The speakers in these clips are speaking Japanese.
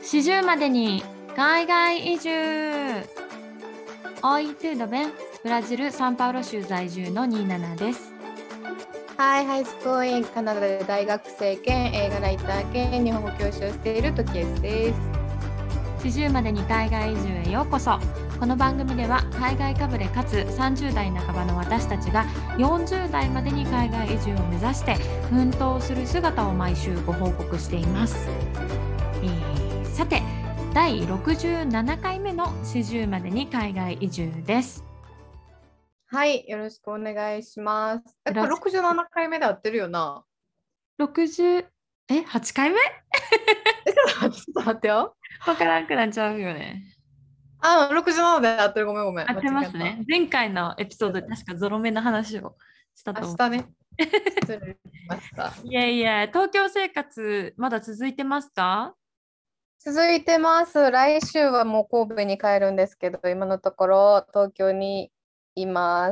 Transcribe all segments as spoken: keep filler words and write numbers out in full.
四十までに海外移住。Oi, tudo bem? ブラジル・サンパウロ州在住のニーナナです。 はい、ハイスクールインカナダで大学生兼映画ライター兼日本語教師をしているトキエスです。 四十までに海外移住へようこそ。この番組では海外かぶれかつさんじゅう代半ばの私たちがよんじゅう代までに海外移住を目指して奮闘する姿を毎週ご報告しています。えー、さてだいろくじゅうななかいめの四十までに海外移住です。 はい、よろしくお願いします。え、これろくじゅうななかいめで合ってるよな。 ろくじゅうえはちかいめえ、ちょっと待って、ちょっと待ってよ。 わからんくなっちゃうよね。 あ、ろくじゅうななで合ってる。ごめんごめん。 合ってますね。前回のエピソードで確かゾロ目の話をしたと思う。 明日ね。失礼しました。 いやいや、東京生活まだ続いてますか？ 続いてます。来週はもう神戸に帰るんですけど、今のところ東京にいます。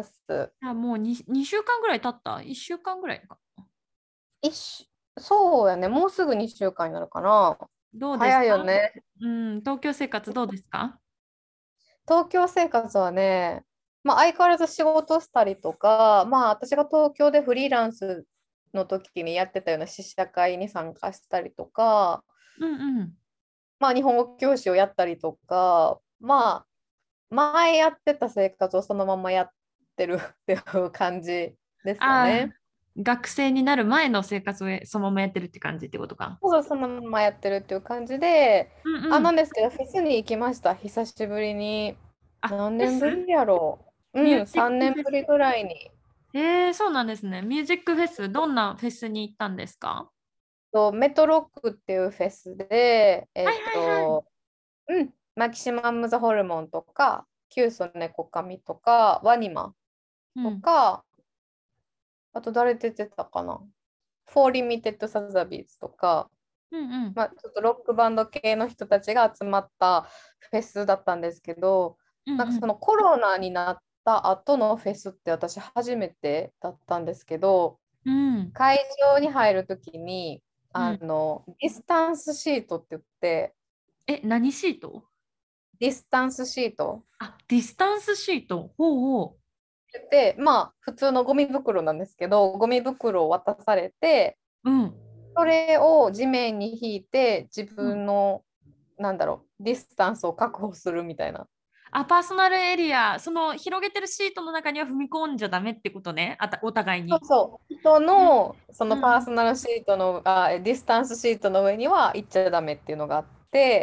あ、もう 2, 2週間ぐらい経った ?いっ 週間ぐらいか。 一そうやね。もうすぐにしゅうかんになるかな。 どうですか？ 早いよね。 うん、東京生活どうですか？ 東京生活はね、まあ、相変わらず仕事したりとか、まあ、私が東京でフリーランスの時にやってたような試写会に参加したりとか、 うんうん。 まあ、日本語教師をやったりとか、まあ、前やってた生活をそのままやってるっていう感じですかああ、 ね。 学生になる前の生活をそのままやってるって感じってことか。 そうそのままやってるっていう感じで、あ、 うんうん。 なんですけど、フェスに行きました、久しぶりに。 あ、 何フェス年ぶりやろう。うん、 ミュージッ 3 クフェス。 年ぶりぐらいに。 えー、そうなんですね。ミュージックフェス、どんなフェスに行ったんですか？ とメトロックっていうフェスで、えはいっはいはい。 と、うん、マキシマム・ザ・ホルモンとか、キュウソネコカミとか、ワニマとうん。 か、あと誰出てたかな、フォーリミテッド・サザビーズとか、 うんうん。 まあ、ちょっとロックバンド系の人たちが集まったフェスだったんですけど、なんかうんうん。 そのコロナになった後のフェスって私初めてだったんですけど、 うん。 会場に入るときに、あうん。 の、ディスタンスシートって言って、 え、何シート？ ディスタンスシートあ、ディスタンスシート。ほうほで、まあ、普通のゴミ袋なんですけど、ゴミ袋を渡されて、 う。うん。 それを地面に引いて、自うん。 分の、なんだろう、ディスタンスを確保するみたいな。 あ、パーソナルエリア、その広げてるシートの中には踏み込んじゃダメってことね。あた、お互いに。 そうそう、人うんのそのパーうんソナルシートの、あ、ディスタンスシートの上には行っちゃダメっていうのがあって、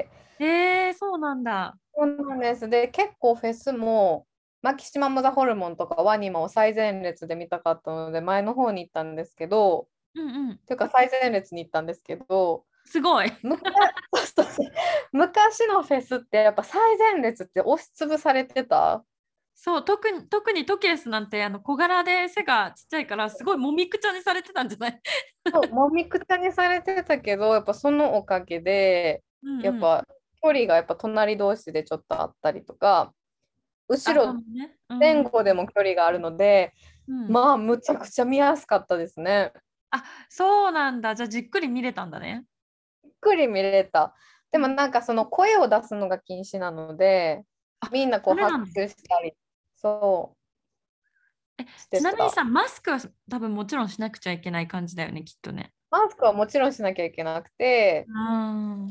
うん。えー、そうなんだ。 そうなんです。で、結構フェスも、マキシマム・ザ・ホルモンとかワニマを最前列で見たかったので、前の方に行ったんですけど、 うんうん。 というか最前列に行ったんですけど、 すごい。 昔昔のフェスってやっぱ最前列って押しつぶされてた。 そう、特に、特にトケースなんてあの小柄で背がちっちゃいからすごいもみくちゃにされてたんじゃない？ そう、もみくちゃにされてたけど、やっぱそのおかげで、 うんうん。 やっぱ距離がやっぱ隣同士でちょっとあったりとか、 あ、 後ろ、 そうね。うんうん。 前後でも距離があるので、 うん。 まあ、むちゃくちゃ見やすかったですね。 あ、そうなんだ。じゃあじっくり見れたんだね。 ゆっくり見れた。でもうん。 なんかその声を出すのが禁止なので、 あ、 みんなこう拍ダメなんだ。 手したり、そえ、 う、してた。 ちなみにさ、マスクは多分もちろんしなくちゃいけない感じだよね、きっとね。 マスクはもちろんしなきゃいけなくて、 うん。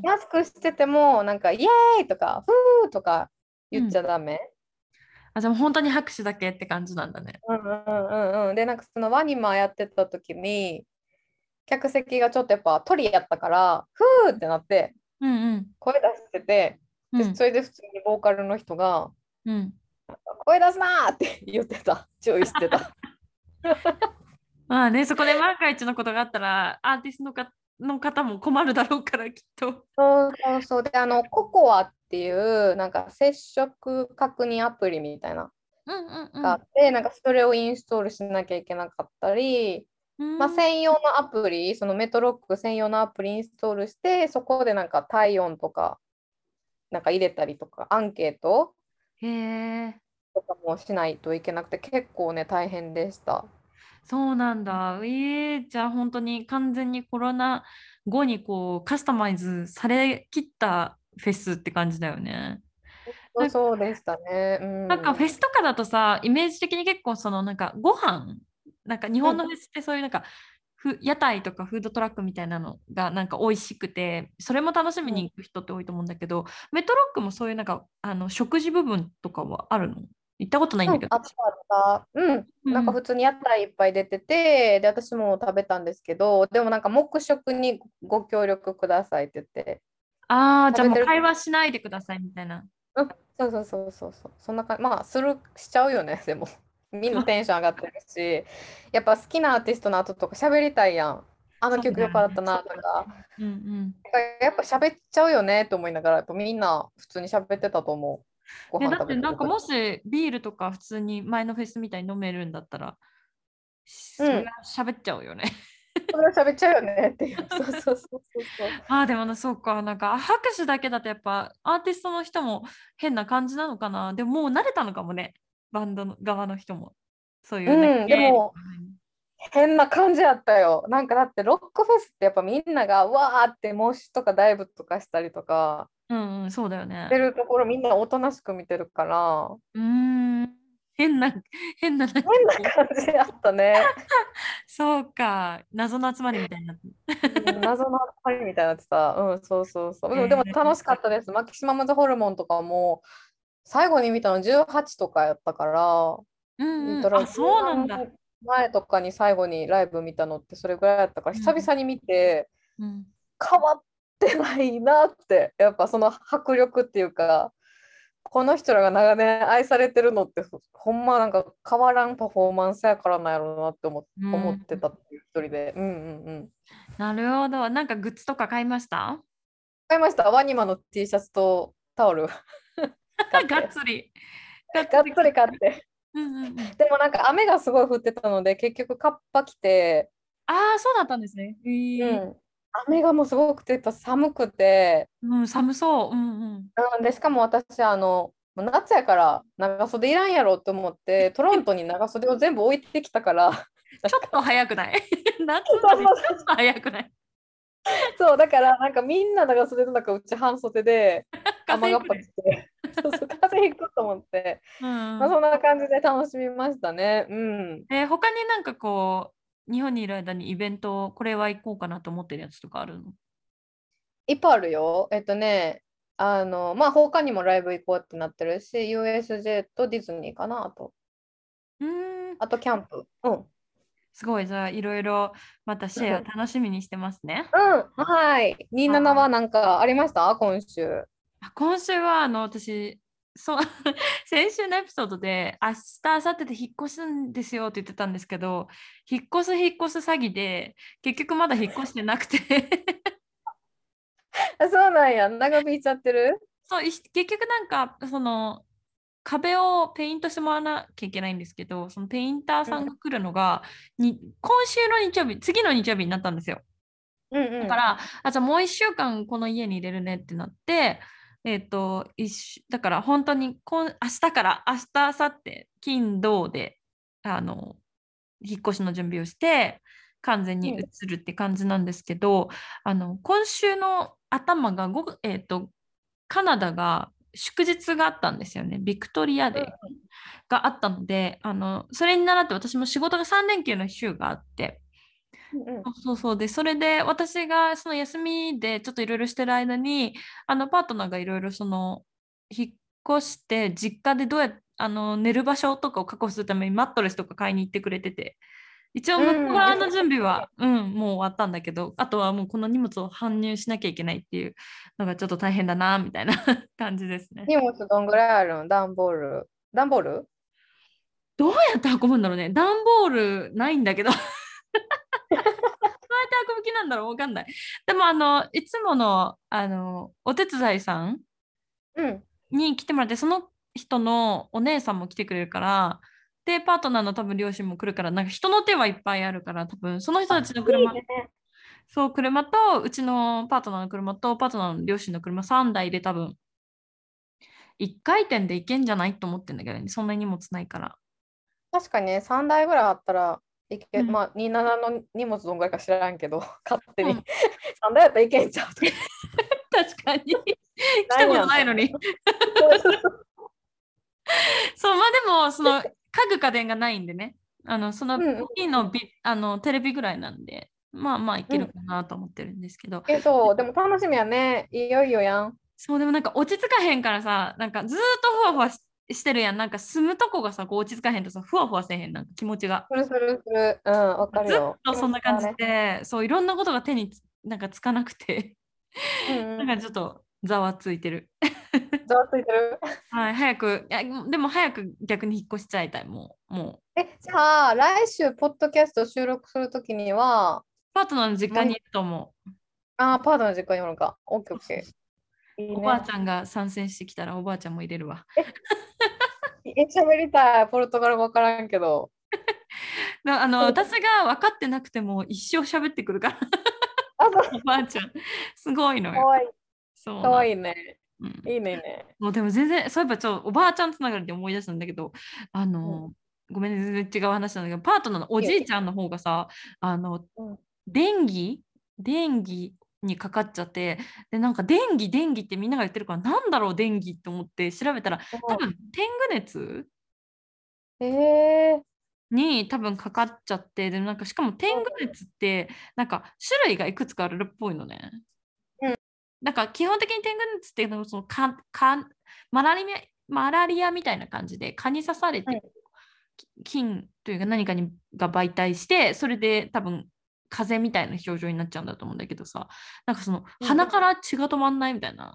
マスクしてても、なんか、イエーイとか、フーとか言っちうん。 ゃダメ。 あ、じゃあ本当に拍手だけって感じなんだね。 うんうんうんうん。で、なんかそのワニマやってた時に、客席がちょっとやっぱ鳥やったから、フーってなって、 うんうん。 声出してて、で、 うん。 それで普通にボーカルの人が、 うん。 声出すなーって言ってた。注意してた。 まあね、そこで万が一のことがあったら、アーティストのかの方も困るだろうから、きっと。 そうそうそう。で、あの、ココアっていう、なんか接触確認アプリみたいな、 うんうんうん。 があって、なんかそれをインストールしなきゃいけなかったり、まあ、 うーん。 専用のアプリ、そのメトロック専用のアプリインストールして、そこでなんか体温とか、なんか入れたりとか、アンケートへえ、 とかもしないといけなくて、結構ね、大変でした。 そうなんだ。ええ、じゃあ本当に完全にコロナ後にこうカスタマイズされきったフェスって感じだよね。 そうそうでしたね。うなんかフェん。 スとかだとさ、イメージ的に結構そのなんかご飯、なんか日うん。 本のフェスってそういうなんかふ屋台とかフードトラックみたいなのがなんか美味しくて、それも楽しみうん。 に行く人って多いと思うんだけど、メトロックもそういうなんかあの食事部分とかはあるの？行ったことないんうん、 だけど。 あったあった。うん。なんかうん。 普通に屋台いっぱい出てて、で、私も食べたんですけど、でもなんか黙食にご協力くださいって言って、 ああ、じゃあもう食べてる、 会話しないでくださいみたいな。 うん、そうそうそうそうそう、そんな感じ、まあ、する、しちゃうよね、でも。みんなテンション上がってるし、やっぱ好きなアーティストの後とか喋りたいやん。あのそう曲だよね。 よかったなとか。 うんうん。 やっぱ喋っちゃうよねと思いながら、やっぱみんな普通に喋ってたと思う。ごね、 飯だってなんか食べてる時。 もしビールとか普通に前のフェスみたいに飲めるんだったら、そりゃうん。 喋っちゃうよね。 それは喋っちゃうよねっていう。そうそうそうそうそう。 ああ、でもな、そうか。なんか拍手だけだとやっぱアーティストの人も変な感じなのかな。でももう慣れたのかもね。バンドの側の人も。そういうなんかうん、でイエーイともかね。 変な感じやったよ。なんかだってロックフェスってやっぱみんながわーってモッシュとかダイブとかしたりとかうんうん、そうだよね。 してるところみんなおとなしく見てるからうーん。変な、変な、なんか変なこう、 感じやったね。 そうか。謎の集まりみたいになってる。 うん、謎の集まりみたいになってた。うん、そうそうそう。でも、でもえー楽しかったです。マキシマムズホルモンとかも最後に見たのじゅうはちとかやったから、 うんうん。 言ったらあ、 10 そうなんだ。 年前とかに最後にライブ見たのってそれぐらいやったから久うん 々に見てうん。 変わってないなってやっぱその迫力っていうかこの人らが長年愛されてるのってほほんまなんか変わらんパフォーマンスやからなんやろうなって思う思ってん。 たっていう一人でうんうんうんなるほど。なんかグッズとか買いました？ 買いましたワニマの T シャツとタオル買っがってつり。がっつり。 がっつり買ってうんうんうん。 でもなんか雨がすごい降ってたので結局カッパ着てああ、そうだったんですね。へえ。 うん。雨がもうすごくて、やっぱ寒くて、 うん、寒そう。うんうん。 うん、で、しかも私、あの、もう夏やから長袖いらんやろと思って、トロントに長袖を全部置いてきたから、なんか、 ちょっと早くない？夏そうまでちょっそうと早くない？ そう、だから、なんかみんな長袖の中、うち半袖で、雨がっぱ風邪ひくね。 着て、そうそう、風邪ひくと思って、まあ、 うんうん。 そんな感じで楽しみましたね。うん。 えー他になんかこう、日本にいる間にイベント、これは行こうかなと思ってるやつとかあるの？ いっぱいあるよ。えっとね、あの、まあ、他にもライブ行こうってなってるし、ユーエスジェー とディズニーかな、あと。 うーん、 あと、キャンプ。うん。 すごい。じゃあ、いろいろまたシェア楽しみにしてますね。 うん、はい。にじゅうななはなんかありました今週？ あ今週はあの私そう先週のエピソードで明日明後日で引っ越すんですよって言ってたんですけど、引っ越す引っ越す詐欺で結局まだ引っ越してなくてあ、そうなんや。長引いちゃってる。 そうい結局なんかその壁をペイントしてもらわなきゃいけないんですけど、そのペインターうんさんが来るのがに今週の日曜日、次の日曜日になったんですよ。 うんうん。 だから、あ、じゃあもういっしゅうかんこの家に入れるねってなって、えっと、一週だから本当に今明日から、明日、明後日、金、土で、あの、引っ越しの準備をして、完全にうん移るって感じなんですけど、あの、今週の頭がご、えっと、カナダが祝日があったんですよね。ビクトリアデーがあったので、あの、それに倣って私も仕事がさん連休の週があって、 うんうん。 そうそうそうで、それで私がその休みでちょっといろいろしてる間に、あのパートナーがいろいろその引っ越して実家でどうやってあの寝る場所とかを確保するためにマットレスとか買いに行ってくれてて、一応向こううん。え、 側の準備は、うん、もう終わったんだけど、あとはもうこの荷物を搬入しなきゃいけないっていうのがちょっと大変だなみたいな感じですね。 荷物どんぐらいあるの段ボール。段ボール。 どうやって運ぶんだろうね。段ボールないんだけどどうやって運ぶ気なんだろうわかんない。でも、あの、いつもの、あの、お手伝いさんうん。 に来てもらって、その人のお姉さんも来てくれるから、で、パートナーの多分両親も来るから、なんか人の手はいっぱいあるから、多分その人たちの車、 いいね。 そう、車と、うちのパートナーの車と、パートナーの両親の車さんだいで多分、いっかい転で行けんじゃないと思ってんだけどね、そんなに荷物ないから。 確かにね、さんだいぐらいあったらいけ、 うん。 まあ、にじゅうななの荷物どんぐらいか知らんけど、勝手にうん、 さんだいやったらいけんちゃうとか。 確かに。 来たこと何やんないのに。 そうそうそう。 そう、まあでも、その、家具家電がないんでね。あの、その、 うんうん大きいのビ、あの、テレビぐらいなんで、まあまあいけるうん。 かなと思ってるんですけど。 え、そう、でも楽しみやね。いよいよやん。 そう、でもなんか落ち着かへんからさ、なんかずーっとふわふわし、してるやん。なんか住むとこがさ、こう落ち着かへんとさ、ふわふわせえへん、なんか気持ちが。 するするする。うん、わかるずっよ。気持とそんな感じちはね。 で、そう、いろんなことが手につなんかつかなくて、 うんうん。 なんかちょっとざわついてる。 ざわついてる。 はい、早く、いや、でも早く逆に引っ越しちゃいたい、もう、もう。 え、じゃあ、来週、ポッドキャスト収録するときには、 パートナーの実もうい、 家にいると思う。 あー、パートナーの実家におるか。オッケーそうそうそう。 オッケー。いいおばあね。 ちゃんが参戦してきたらおばあちゃんも入れるわ。 え、え、喋りたい。ポルトガル語わからんけど。 だあの私が分かってなくても一生喋ってくるからあ、そう、 おばあちゃんすごいのよ。 かわいい。かわそうなん、 いいね。 うん、 いいね、いいね。 もうでも全然そういえばちょっとおばあちゃんつながりで思い出したんだけど、あうん。 のごめんね、全然違う話なんだけど、パートナーのおいいよ。 じいちゃんの方がさ、あのうん。 電気電気にかかっちゃって、でなんか電気電気ってみんなが言ってるからなんだろう電気って思って調べたら、多分天狗熱うん、えー、 に多分かかっちゃって、でなんかしかも天狗熱ってなんか種類がいくつかあるっぽいのね。 うん。 なんか基本的に天狗熱っていうのはそのかかマラリア、マラリアみたいな感じで蚊に刺されうん。 て菌というか何かにが媒体してそれで多分風邪みたいな症状になっちゃうんだと思うんだけどさ、なんかそのうん。 鼻から血が止まんないみたいな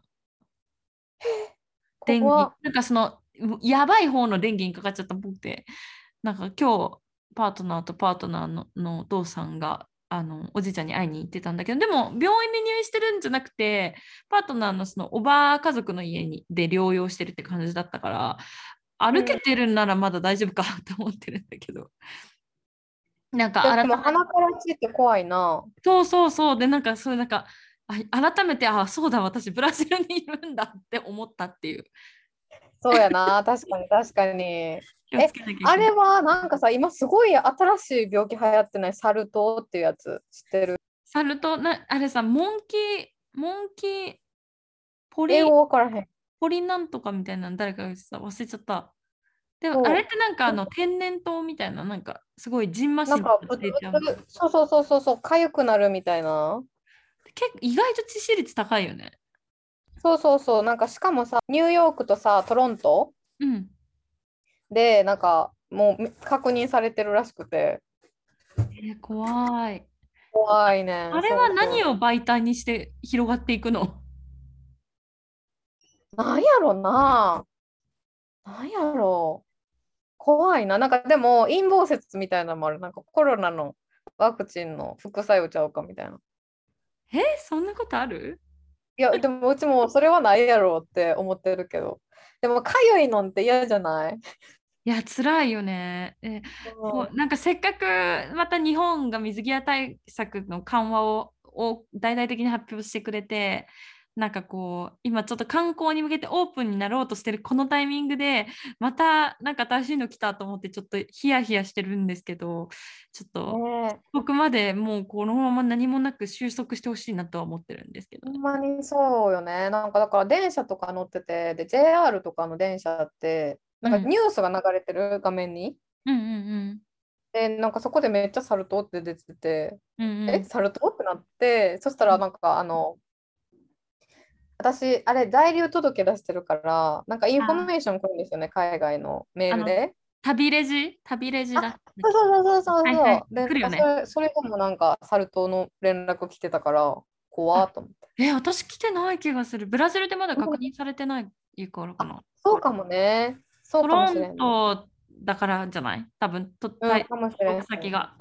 電気、 怖っ。 なんかそのやばい方の電気にかかっちゃったっぽくて、なんか今日パートナーとパートナーの、のお父さんがあのおじいちゃんに会いに行ってたんだけど、でも病院に入院してるんじゃなくてパートナーのそのおばあ家族の家にで療養してるって感じだったから、歩けうん。 てるんならまだ大丈夫かと思ってるんだけど、なんかで改め、 も鼻から血って怖いな。 そうそうそうで、なんかそういうなんかあ改めて、あそうだ私ブラジルにいるんだって思ったっていう。 そうやな。確かに確かに。え、 気をつけなきゃいけない。 あれはなんかさ、今すごい新しい病気流行ってない？サル痘っていうやつ知ってる？ サルとなあれさ、モンキーモンキーポ英リ語わからへん。 ポリなんとかみたいなの誰かが言ってた、忘れちゃった。でもあれっそてなんかあう。 の天然痘みたいな、なんかすごいジンマシンとかなんかブツ出ちゃう。 ブツ、そうそうそうそうそう、痒くなるみたいな。 結構意外と致死率高いよね。 そうそうそう、なんかしかもさ、ニューヨークとさ、トロントうん。 で、なんかもう確認されてるらしくて、 えー怖い。 怖いね。 あれはそうそう。 何を媒体にして広がっていくの？ なんやろな。なんやろ。怖いな。なんかでも陰謀説みたいなのもある。なんかコロナのワクチンの副作用ちゃうかみたいな。 え、そんなことある？ いや、でもうちもそれはないやろうって思ってるけど。でも、かゆいのって嫌じゃない？ いや、辛いよね。え、 うこうなんかせっかくまた日本が水際対策の緩和を、を大々的に発表してくれて、なんかこう、今ちょっと観光に向けてオープンになろうとしてるこのタイミングで、またなんか新しいの来たと思ってちょっとヒヤヒヤしてるんですけど、ちょっん。 とねえ。 僕までもうこのまま何もなく収束してほしいなとは思ってるんですけどね。 ほんまにそうよね。なんかだから電車とか乗ってて、で、ジェイアール とかの電車って、なんかうん。 ニュースが流れてる画面に。 うんうんで、なんかそこでめっちゃサル痘って出てて、 うん。うんうえ、 ん。 サル痘ってなって、そしたらなんかあの、私、あれ、在留届出してるから、なんかインフォあ、 メーション来るんですよね、海外のメーあの、 ルで。 旅レジ旅レジだっあ、 たっけ？ そうそうそうそうはいはい。 そう。で、なん来るよね。 かそれ、それでもなんかサル痘の連絡来てたから、怖あ、 っと思って。 え、私来てない気がする。ブラジルでまだ確認うん。 されてないからかあ、 な。 そうかもね。そうかもトロンしれんね。 トだからじゃない多分、と、 うん、 滞かもしれん。 在先が。うん。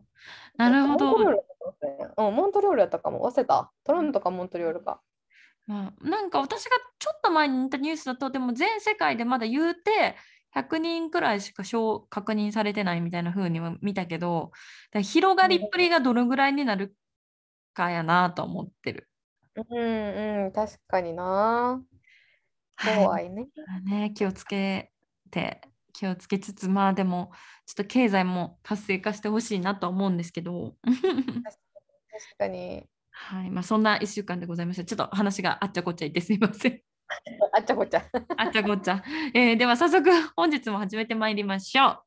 なるほど。 モントリオールやったかもしれん。うん、モントリオールやったかも。忘れた。トロントかモントリオールか。 まあ、なんか私がちょっと前に見たニュースだと、でも全世界でまだ言うてひゃくにんくらいしか証確認されてないみたいな風には見たけど、だから広がりっぷりがどのぐらいになるかやなと思ってる。 うんうん、確かにな。 はい。 怖いね。 ね、気をつけて、気をつけつつ、まあでも、ちょっと経済も活性化してほしいなと思うんですけど。 確かに。 はい、まあ、そんないっしゅうかんでございました。ちょっと話があっちゃこっちゃいってすみません。 あっちゃこっちゃ。 あっちゃこっちゃ。えーでは早速本日も始めてまいりましょ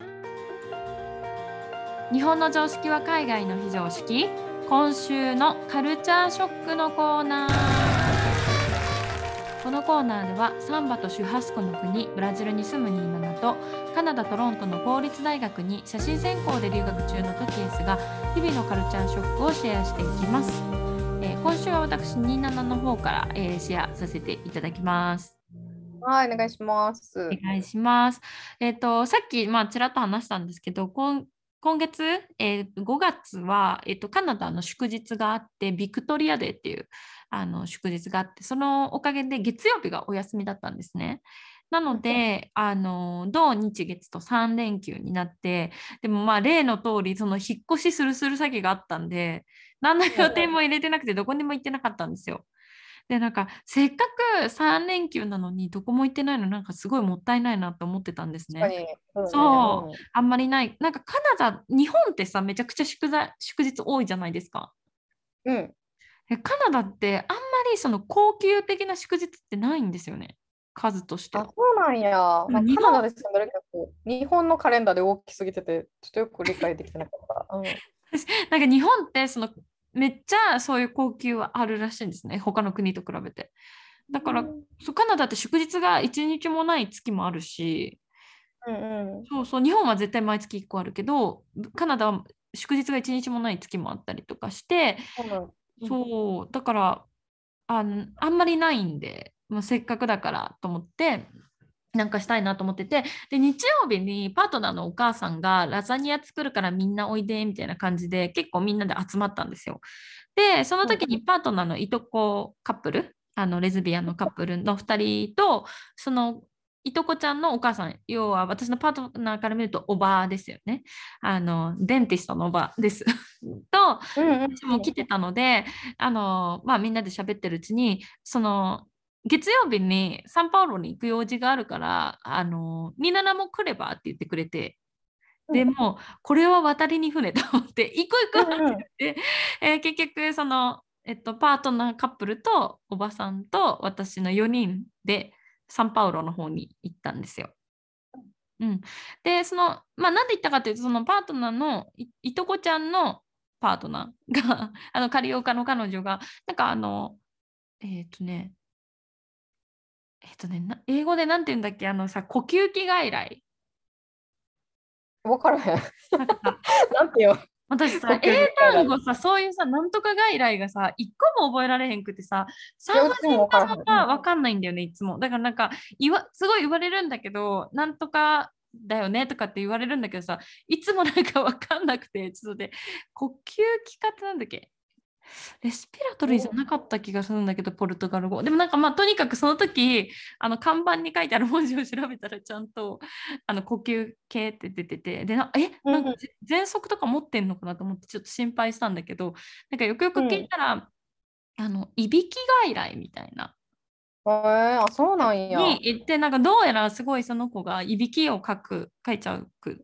う。日本の常識は海外の非常識。今週のカルチャーショックのコーナー。このコーナーではサンバとシュハスコの国ブラジルに住むニーナナとカナダ・トロントの公立大学に写真専攻で留学中のトキエスが日々のカルチャーショックをシェアしていきます。えー今週は私ニーナナの方から、えーシェアさせていただきます。 はい、お願いしまおす。 願いします。えっと、さっき、まあ、ちらっと話したんですけど、今、今月、えーごがつは、えっと、カナダの祝日があって、ビクトリアデーっていうあの祝日があって、そのおかげで月曜日がお休みだったんですね。なので、あの土日月とさん連休になって、でもまあ例の通り、その引っ越しするする先があったんで、何の予定も入れてなくて、どこにも行ってなかったんですよ。で、なんか、せっかくさん連休なのに、どこも行ってないの、なんかすごいもったいないなって思ってたんですね。 確かに。そうね。 そう、あんまりない。なんかカナダ、日本ってさ、めちゃくちゃ祝在祝日多いじゃないですか。 うん。うん。 でカナダってあんまりその高級的な祝日ってないんですよね。数としあ、 て。 そうなんや。なんかカナダ日本、 で住んでるけど、日本のカレンダーで大きすぎてて、ちょっとよく理解できてなかった。うん。 なんか日本ってそのめっちゃそういう高級はあるらしいんですね。他の国と比べて。だからそうカナダって祝日がいちにちもない月もあるし、 うんうん。 そうそう、日本は絶対毎月いっこあるけど、カナダは祝日がいちにちもない月もあったりとかして、 そうなん。うん。 そう、だからあん、あんまりないんで、もうせっかくだからと思って、なんかしたいなと思ってて、で、日曜日にパートナーのお母さんがラザニア作るからみんなおいでみたいな感じで、結構みんなで集まったんですよ。で、そのうん。 時にパートナーのいとこカップル、あのレズビアンのカップルのふたりと、そのいとこちゃんのお母さん、要は私のパートナーから見るとおばですよね。あの、デンティストのおばです。と、 うんうん私も来てたので、あの、まあみんなで喋ってるうちに、その、月曜日にサンパウロに行く用事があるから、あの、ニナナも来ればって言ってくれて、 うん。 でも、これは渡りに船と思って、行く行くってうんうん。 言って、えー結局、その、えっと、パートナーカップルとおばさんと私のよにんでサンパウロの方に行ったんですよ。うん、で、その、まあ、なんで行ったかというと、そのパートナーのい、いとこちゃんのパートナーが、あの、カリオカの彼女が、なんかあの、えっとね、えっとね、な英語でなんて言うんだっけ、あのさ、呼吸器外来。 わからへん。 なんかさ、 なんていう私さ、英呼吸器外来。 単語さ、そういうさ、なんとか外来がさ、一個も覚えられへんくてさ、 いや、 産婦うちも人科わからへん。うん。 がわかんないんだよね、いつも。だからなんか、言わ、すごい言われるんだけど、なんとかだよねとかって言われるんだけどさ、いつもなんかわかんなくて、ちょっとで、呼吸器科ってなんだっけ、レスピラトリーじゃなかった気がするんだけど、ポルトガル語。でもなんかまあ、とにかくその時、あの看板に書いてある文字を調べたら、ちゃんとあの呼吸系って出てて、でな、え、なんかうん。 喘息とか持ってんのかなと思ってちょっと心配したんだけど、なんかよくよく聞いうん。 たら、あの、いびき外来みたいな。 へえ、あ、そうなんや。 に行って、なんかどうやらすごいその子がいびきをかく、かいちゃうくって、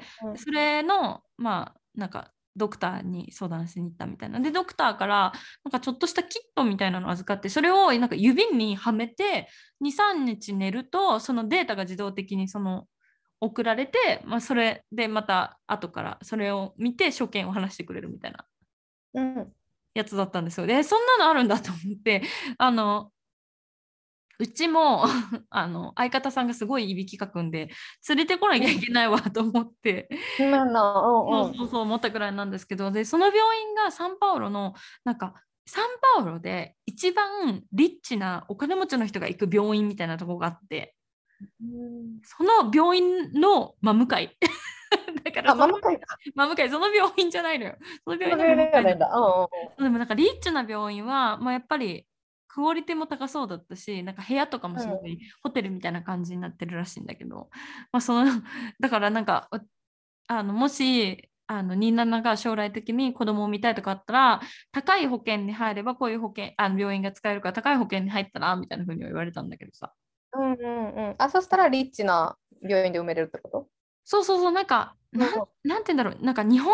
うん。 それの、まあ、なんか、ドクターに相談しに行ったみたいな。で、ドクターから、なんかちょっとしたキットみたいなのを預かって、それをなんか指にはめて、に、さんにち寝ると、そのデータが自動的にその送られて、まあ、それでまた後からそれを見て、所見を話してくれるみたいなうん。 やつだったんですよ。で、そんなのあるんだと思って、あの、うちもあの相方さんがすごいいびきかくんで連れてこなきゃいうん。 けないわと思ってごめんな。うんうん。 そうそうそう思ったくらいなんですけど、でその病院がサンパウロのなんかサンパウロで一番リッチなお金持ちの人が行く病院みたいなところがあって、 うん。そその病院の真向かいだからあ、 そのママ会か。 真向かいその病院じゃないのよ、その病院のその病真向かいだ。 院じゃないんだ。うんでもなんかリッチな病院は、まあ、やっぱりクオリティも高そうだったし、なんか部屋とかもうんうん。 すごいホテルみたいな感じになってるらしいんだけど、まあ、そのだからなんかあのもしあのにじゅうななが将来的に子供を産みたいとかあったら、高い保険に入ればこういう保険あの病院が使えるから高い保険に入ったらみたいな風には言われたんだけどさ。 うんうんうん。あ、そしたらリッチな病院で埋めれるってこと？ そうそうそう、なんか、なん、 うんなんて言うんだろう、なんか日本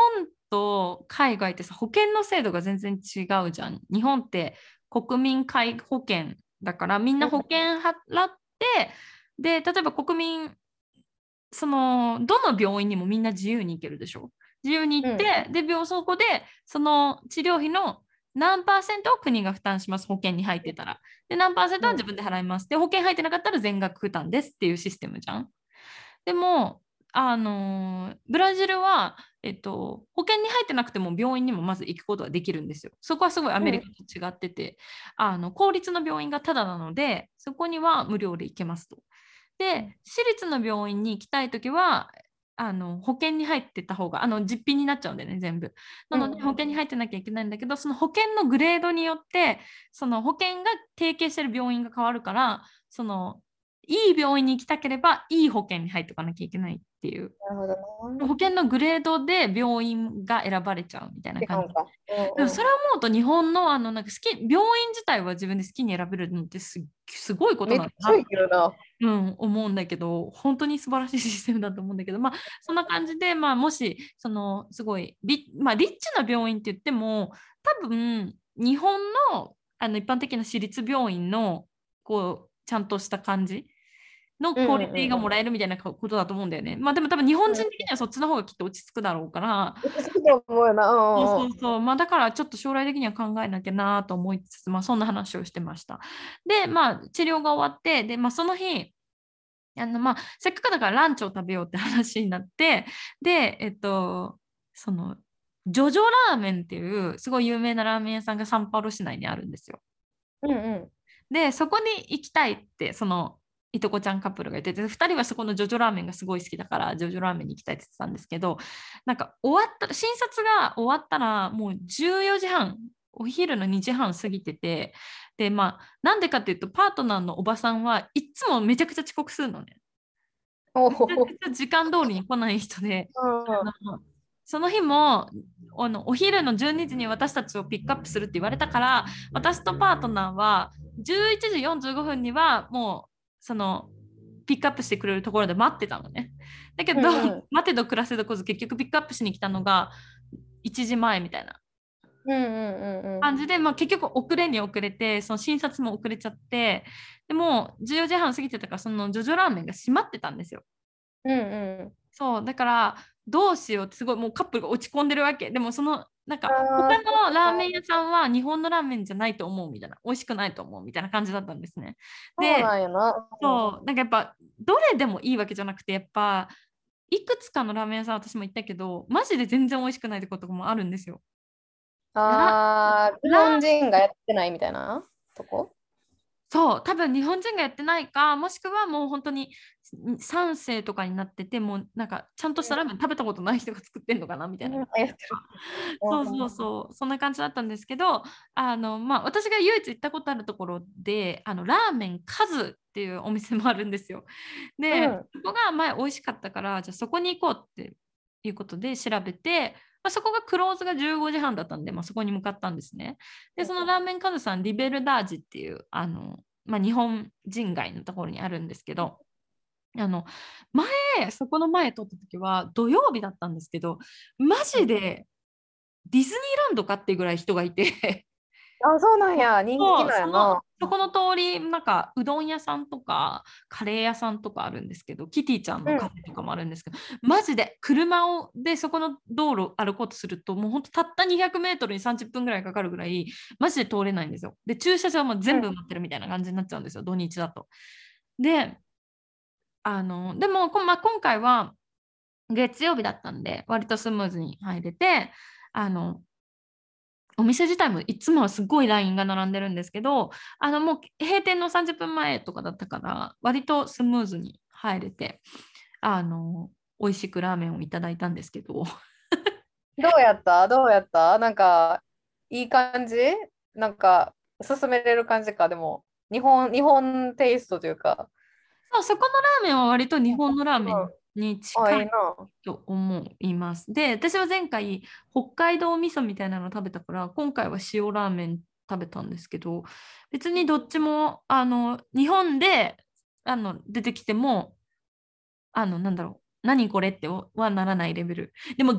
と海外ってさ、保険の制度が全然違うじゃん。日本って国民皆保険だからみんな保険払ってで、例えば国民そのどの病院にもみんな自由に行けるでしょ。自由に行って、うん、で病そこでその治療費の何パーセントを国が負担します、保険に入ってたら。で何パーセントは自分で払います。で保険入ってなかったら全額負担ですっていうシステムじゃん。でもあのーブラジルは、えっと、保険に入ってなくても病院にもまず行くことはできるんですよ。そこはすごいアメリカと違ってて、うん、あの公立の病院がタダなのでそこには無料で行けますと。で私立の病院に行きたいときはあの保険に入ってた方があの実費になっちゃうんでね全部。なので保険に入ってなきゃいけないんだけど、その保険のグレードによってその保険が提携してる病院が変わるから、そのいい病院に行きたければいい保険に入っておかなきゃいけないっていう。 なるほど保険のグレードで病院が選ばれちゃうみたいな感じ。 うんうん、 それを思うと日本のあのなんか好き病院自体は自分で好きに選べるのってす、すごいことなんだなってうん、思うんだけど、本当に素晴らしいシステムだと思うんだけど、まあそんな感じで、まあ、もしそのすごいリ,、まあ、リッチな病院って言っても多分日本の、あの一般的な私立病院のこうちゃんとした感じのクオリティがもらえるみたいなことだと思うんだよね。うんうんうん、まあでも多分日本人的にはそっちの方がきっと落ち着くだろうから。 落ち着くと思うな。 そうそうそう。まあだからちょっと将来的には考えなきゃなと思いつつ、まあそんな話をしてました。で、まあ治療が終わって、で、まあその日、あのまあせっかくだからランチを食べようって話になって、で、えっと、その、ジョジョラーメンっていうすごい有名なラーメン屋さんがサンパウロ市内にあるんですよ。 うんうん、 で、そこに行きたいって、その、いとこちゃんカップルが言ってて、ふたりはそこのジョジョラーメンがすごい好きだからジョジョラーメンに行きたいって言ってたんですけど、なんか終わったら診察が終わったらもうじゅうよじはん、お昼のにじはん過ぎてて、でまあなんでかっていうとパートナーのおばさんはいつもめちゃくちゃ遅刻するのね。めちゃくちゃ時間通りに来ない人で、うん、その日もあのお昼のじゅうにじに私たちをピックアップするって言われたから、私とパートナーはじゅういちじよんじゅうごふんにはもうそのピックアップしてくれるところで待ってたのね。だけど、うんうん、待てど暮らせどこず結局ピックアップしに来たのがいちじまえみたいな感じで、まあ、結局遅れに遅れてその診察も遅れちゃって、でもじゅうよじはん過ぎてたからそのジョジョラーメンが閉まってたんですよ。 うんうん、 そうだからどうしようってすごいもうカップルが落ち込んでるわけ。でもそのなんか他のラーメン屋さんは日本のラーメンじゃないと思うみたいな、美味しくないと思うみたいな感じだったんですね。で、 そうなんやな。 そうなんかやっぱどれでもいいわけじゃなくて、やっぱいくつかのラーメン屋さん私も行ったけどマジで全然美味しくないってこともあるんですよ。 ああ、日本人がやってないみたいなとこ？ そう多分日本人がやってないか、もしくはもう本当にさん世とかになってて、もうなんかちゃんとしたラーメン食べたことない人が作ってんのかなみたいな、うん、そうそうそうそんな感じだったんですけど、あの、まあ、私が唯一行ったことあるところであのラーメンカズっていうお店もあるんですよ。で、うん、そこが前美味しかったからじゃあそこに行こうっていうことで調べて、まあ、そこがクローズがじゅうごじはんだったんで、まあ、そこに向かったんですね。でそのラーメンカズさんリベルダージっていうあの、まあ、日本人街のところにあるんですけど、あの前そこの前撮った時は土曜日だったんですけど、マジでディズニーランドかっていうぐらい人がいてあ、そうなんや、人気なんやな。 そこの通りなんかうどん屋さんとかカレー屋さんとかあるんですけど、キティちゃんのカフェとかもあるんですけど、うん、マジで車をでそこの道路歩こうとするともうほんとたったにひゃくメートルにさんじゅっぷんぐらいかかるぐらいマジで通れないんですよ。で駐車場も全部埋まってるみたいな感じになっちゃうんですよ、うん、土日だと。であのでも、まあ、今回は月曜日だったんで割とスムーズに入れて、あのお店自体もいつもはすごいラインが並んでるんですけど、あのもう閉店のさんじゅっぷんまえとかだったから割とスムーズに入れて、あの美味しくラーメンをいただいたんですけどどうやったどうやったなんかいい感じ、なんか勧めれる感じか。でも日本日本テイストというか、 そうそこのラーメンは割と日本のラーメンに近いと思います。で、私は前回北海道味噌みたいなの食べたから、今回は塩ラーメン食べたんですけど、別にどっちもあの日本であの出てきてもあのなんだろう、何これってはならないレベル。でも激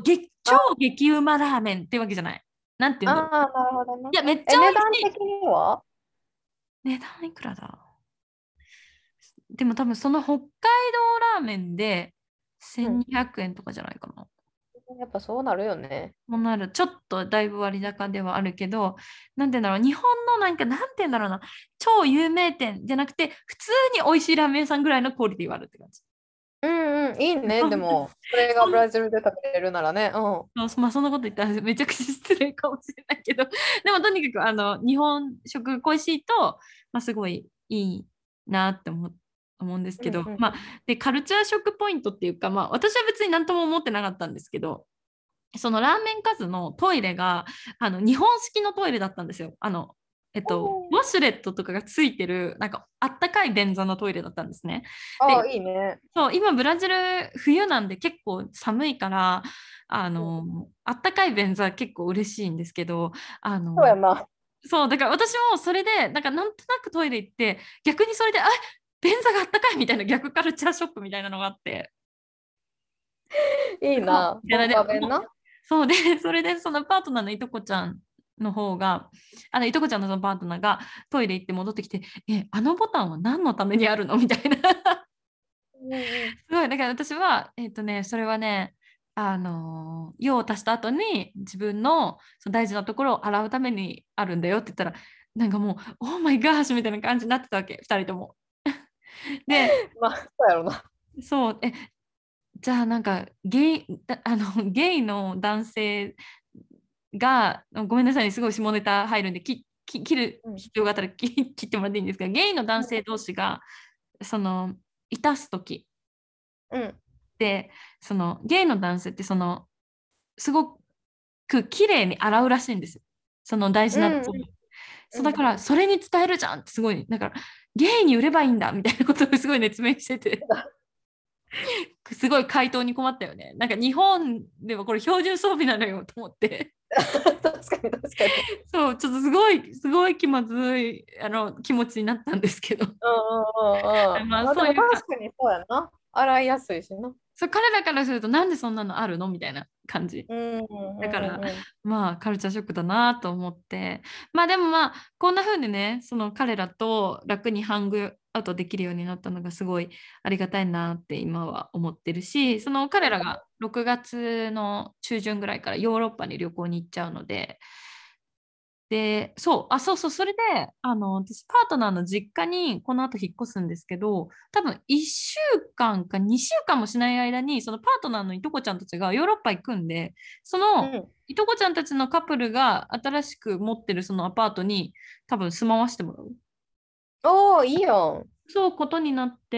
超激うまラーメンってわけじゃない。なんて言うんだろう。 ああ、なるほどね。 いや、めっちえ、 ゃ値美味しい。 段的には？ 値段いくらだ？でも多分その北海道ラーメンでうん。 せんにひゃくえんとかじゃないかな。 やっぱそうなるよね。 もなる。ちょっとだいぶ割高ではあるけど、なんて言うんだろう。日本のなんか、なんて言うんだろうな。超有名店じゃなくて、普通に美味しいラーメン屋さんぐらいのクオリティはあるって感じ。 うんうん、いいね。でも、それがそんブラジルで食べれるならね。うん。 そうまあ、そんなこと言ったらめちゃくちゃ失礼かもしれないけど、でもとにかくあの日本食恋しいと、まあ、すごいいいなって思う、思うんですけど、 うんうんまあ、でカルチャーショックポイントっていうか、まあ、私は別に何とも思ってなかったんですけど、そのラーメンカズのトイレがあの日本式のトイレだったんですよ。あのえっと、ウォシュレットとかがついてる、なんかあったかい便座のトイレだったんですね。 ああ、 で、 いいね。 そう、今ブラジル冬なんで結構寒いから、あうん、 の、あったかい便座結構嬉しいんですけど、あの、 そうやな。 そう、だから私もそれで、なんかなんとなくトイレ行って、逆にそれで、あ、便座があったかいみたいな逆カルチャーショックみたいなのがあって、そういいな。ボみたいなで、もうカ弁な。 そうで、それでそのパートナーのいとこちゃんの方が、あのいとこちゃんのそのパートナーがトイレ行って戻ってきて、え、あのボタンは何のためにあるのみたいな。 うんうん。 すごい、だから私は、えっとね、それはね、あのー用を足した後に自分のその大事なところを洗うためにあるんだよって言ったら、なんかもう、オーマイガーシュみたいな感じになってたわけ、ふたりとも。で、 まあ、そうやろな。 そう、え、じゃあなんかゲイ、だあのゲイの男性が、ごめんなさいね、すごい下ネタ入るんで、きき切るうん。 必要があったら切切ってもらっていいんですが、ゲイの男性同士が、その、いたすとき、 うん。 で、そのゲイの男性ってそのすごく綺麗に洗うらしいんですよ。その大事うん。 なところ。そうだうん。 からそれに伝えるじゃんってすごい、だからゲイに売ればいいんだみたいなことをすごい熱弁してて、すごい回答に困ったよね。なんか日本ではこれ標準装備なのよと思って。 確かに確かに。 そう、ちょっとすごい、すごい気まずいあの気持ちになったんですけど。 うんうんうんうん。 まあまあでもそういうか、 確かにそうやな。洗いやすいしな。 そう彼らからするとなんでそんなのあるのみたいな感じ。 うんうんだから、 うん。 まあ、カルチャーショックだなと思って。まあ、でもまあ、こんな風にね、その彼らと楽にハングアウトできるようになったのがすごいありがたいなって今は思ってるし、その彼らがろくがつの中旬ぐらいからヨーロッパに旅行に行っちゃうので、で、そう、あ、そうそう、それで、あの、私、パートナーの実家にこの後引っ越すんですけど、多分いっしゅうかんかにしゅうかんもしない間に、そのパートナーのいとこちゃんたちがヨーロッパ行くんで、そのうん。 いとこちゃんたちのカップルが新しく持ってるそのアパートに多分住まわしてもらう。 おお、いいやん。 そう、ことになって、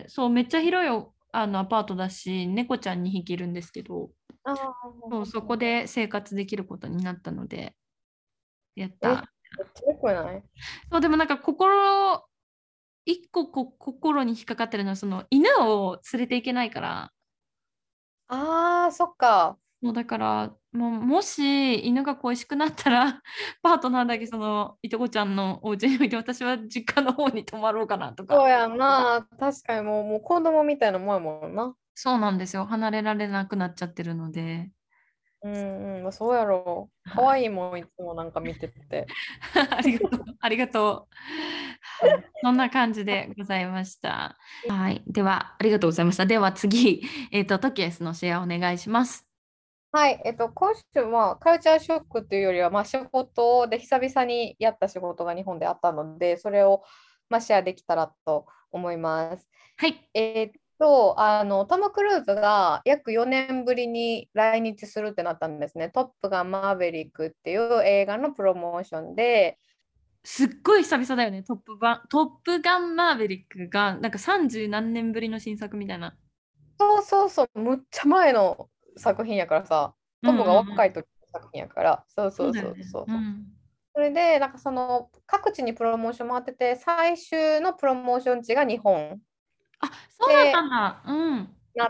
そう、めっちゃ広いおあのアパートだし、猫ちゃんにひきいるんですけど、 ああ、 そう、そこで生活できることになったので、やっえ、めった。 ちゃよくない？ そう、でもなんか心一個こ心に引っかかってるのはその犬を連れていけないから、 ああ、そっか。 もうだからもうもし犬が恋しくなったらパートナーだけそのいとこちゃんのお家に置いて私は実家の方に泊まろうかなとか。 そうやんな。確かにもう、もう子供みたいなもんやもんな。 そうなんですよ、離れられなくなっちゃってるので。 うんうん、まあそうやろう。かわはい。 いいもん、いつもなんか見てて。 ありがとうありがとう。はい、そんな感じでございました。はい、ではありがとうございました。では次、えっとトキエスのシェアお願いします。 はい、えっと、今週はカルチャーショックというよりは、まあ、仕事で久々にやった仕事が日本であったので、それを、まあ、シェアできたらと思います。 はい。 えっと、あの、トム・クルーズが約よねんぶりに来日するってなったんですね。トップガンマーヴェリックっていう映画のプロモーションで、 すっごい久々だよね、トップバン、トップガンマーヴェリックが、なんかさんじゅう何年ぶりの新作みたいな。 そうそうそう、むっちゃ前の作品やからさ、 うんトムがうんうん。 若い時の作品やから、そうそうそうだよね。 そうそう。 うん。 それで、なんかその各地にプロモーション回ってて、最終のプロモーション地が日本あ、そうだったでんだ。うん。 なって、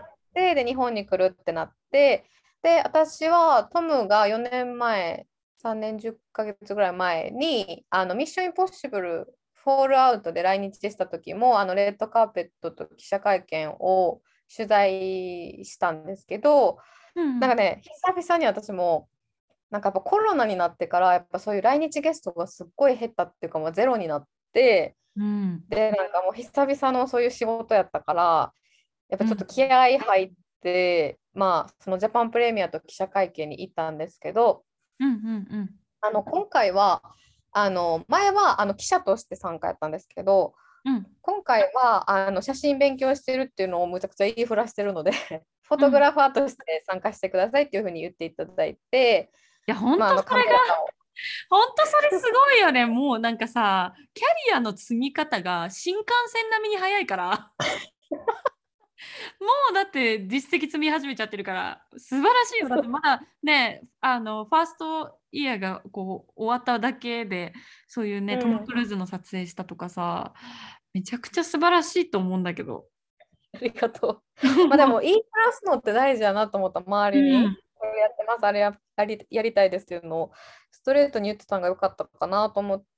で、日本に来るってなって、で、私はトムがよねんまえ、さんねんじゅっかげつぐらい前に、あのミッションインポッシブルフォールアウトで来日した時も、あのレッドカーペットと記者会見を取材したんですけど、 うんなんかね、久々に私も、なんかやっぱコロナになってから、やっぱそういう来日ゲストがすっごい減ったっていうか、まあ、ゼロになって、 うんで、なんかもう久々のそういう仕事やったから、やっぱちょっとうん気合入って、まあ、そのジャパンプレミアと記者会見に行ったんですけど、 うんうんうんあの今回は、あの前はあの記者として参加やったんですけど、 うん今回はあの写真勉強してるっていうのをむちゃくちゃ言いふらしてるので、フォうん。 トグラファーとして参加してくださいっていうふうに言っていただいて、 いや、本まあ、あのカメ当それが、 ラを、 本当それすごいよね。もうなんかさ、キャリアの積み方が新幹線並みに速いから、もうだって実績積み始めちゃってるから、素晴らしいよ。だってまだね、あの、ファーストイヤーがこう終わっただけで、そういうね、トム・うん、 クルーズの撮影したとかさ、めちゃくちゃ素晴らしいと思うんだけど。 ありがとう。まあでも言いふらすのって大事だなと思った、周うりに。 ん。 これやってます、あれや、やり、やりたいですっていうのをストレートに言ってたのが良かったかなと思って、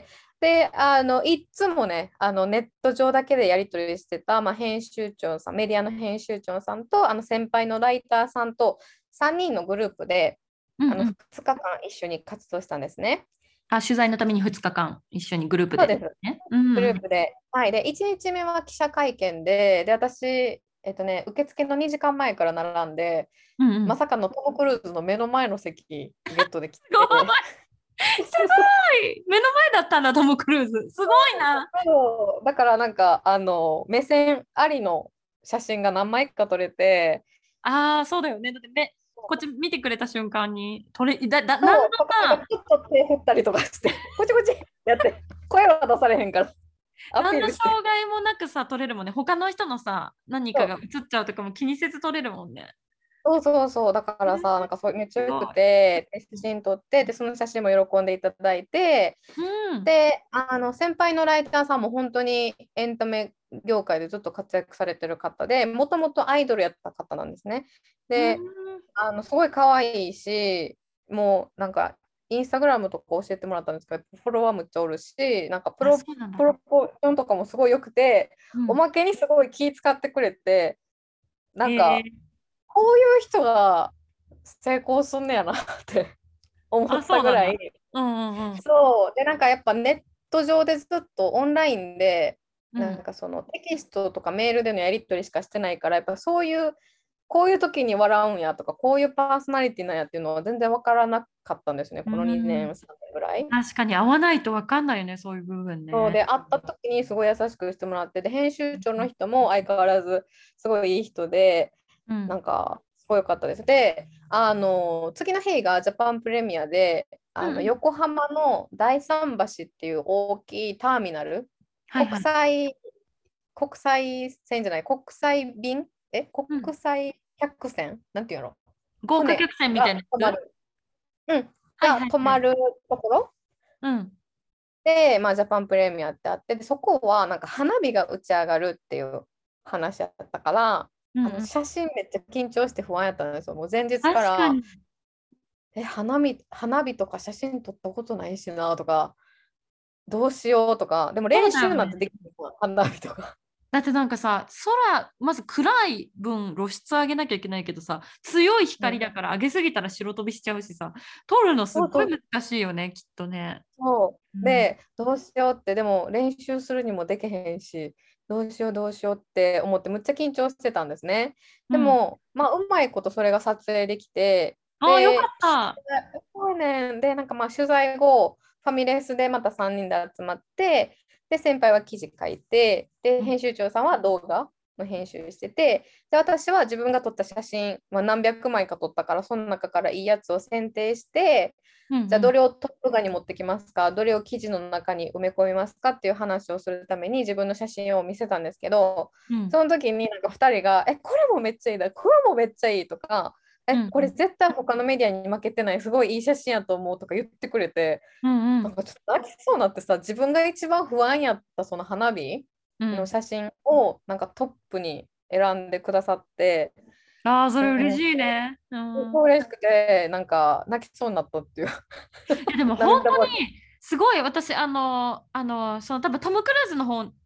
で、あの、いつもね、あのネット上だけでやり取りしてた、まあ、編集長さん、メディアの編集長さんと、あの先輩のライターさんとさんにんのグループで、あのうんうん。 ふつかかん一緒に活動したんですね。 あ、取材のためにふつかかん一緒にグループで。 そうです。 ね。うんグうん。 ループで。はい。で、いちにちめは記者会見で、で、私、えっとね、受付のにじかんまえから並んで、 うんうん。 まさかのトム・クルーズの目の前の席ゲットできすごい、 て、 すごい目の前だったんだ、トム・クルーズ。すごいな。 そうだからなんか、あの、目線ありの写真が何枚か撮れて、 ああ、そうだよね。だって目、こっち見てくれた瞬間に、とれ、だ、だ、なんのそう、とか、なんさ、 かちょっと手振ったりとかして、こちこちやって、声は出されへんから、ア何のピールして。 障害もなくさ、撮れるもんね。他の人のさ、何かが映っちゃうとかも気にせず撮れるもんね。 そうそうそう、だかえーらさ、なんかそうめっちゃよくすごい。 て、で写真撮って、で、その写真も喜んでいただいて、 うん。 で、あの先輩のライターさんも本当にエンタメ業界でずっと活躍されてる方で、もともとアイドルやった方なんですね。 うで、 ん。 あのすごい可愛いし、もうなんかインスタグラムとか教えてもらったんですけど、フォロワーむっちゃおるし、なんかプあ、 ロ、 そうなんだ。 プロポーションとかもすごい良くて、 うん。 おまけにすごい気使ってくれて、なんかへえ。 こういう人が成功すんねやなって思あ、 ったぐらい、 そうなんだ。うんうんうん。 そう。で、なんかやっぱネット上でずっとオンラインで、 うん。 なんかそのテキストとかメールでのやり取りしかしてないから、やっぱそういう、こういう時に笑うんやとか、こういうパーソナリティなんやっていうのは全然わからなかったんですね、 うこの2 ん。 年、さんねんぐらい。 確かに合わないと分かんないよね、そういう部分ね。 そうで、会った時にすごい優しくしてもらって、で、編集長の人も相変わらずすごいいい人で、 うん。 なんか、すごい良かったです。で、あの、次の日がジャパンプレミアで、あの、 うんうん。 横浜の大桟橋っていう大きいターミナル、国はいはい。 際、国際線じゃない、国際便、え、 うん。 国際客船なんていうの、 豪華客船船みたいなが止まやつ。 る、うん、 はいがはいはい。 止まるところうん。 で、まあ、ジャパンプレミアってあって、で、そこはなんか花火が打ち上がるっていう話だったから、あのうんうん。 写真めっちゃ緊張して不安やったんですよ。もう前日から、 確かに。 え、花火、花火とか写真撮ったことないしなとか、どうしようとか、でもそう練習なんてだよね。 できない花火とか。 だってなんかさ、空、まず暗い分露出上げなきゃいけないけどさ、強いうん、 光だから上げすぎたら白飛びしちゃうしさ、撮るのすっそうそうごい難しいよね、きっとね。 そうん。 う。で、どうしようって、でも練習するにもできへんし、どうしようどうしようって思ってむっちゃ緊張してたんですね。 うん。 でも、まあ、うまいことそれが撮影できて、 ああ、よかで、 った。 そうねんで、なんかまあ取材後、ファミレスでまたさんにんで集まって、で、先輩は記事書いて、で、 うん編集長さんは動画の編集してて、で、私は自分が撮った写真、まあ、何百枚か撮ったから、その中からいいやつを選定して、じゃあどうんうんれをトップガンに持ってきますか、どれを記事の中に埋め込みますかっていう話をするために自分の写真を見せたんですけど、 うんその時になんかふたりが、え、これもめっちゃいいだ、これもめっちゃいいとか、え、これうん絶対他のメディアに負けてない、すごいいい写真やと思うとか言ってくれて、 うんうんなんかちょっと泣きそうになってさ、自分が一番不安やったその花火のうん。 写真をなんかトップに選んでくださって、 ああ、それ嬉えーしいね。うん。 すごい嬉しくて、なんか泣きそうになったっていういやでも本涙もろい。 当にすごい私あのあのその多分トム・クルーズの方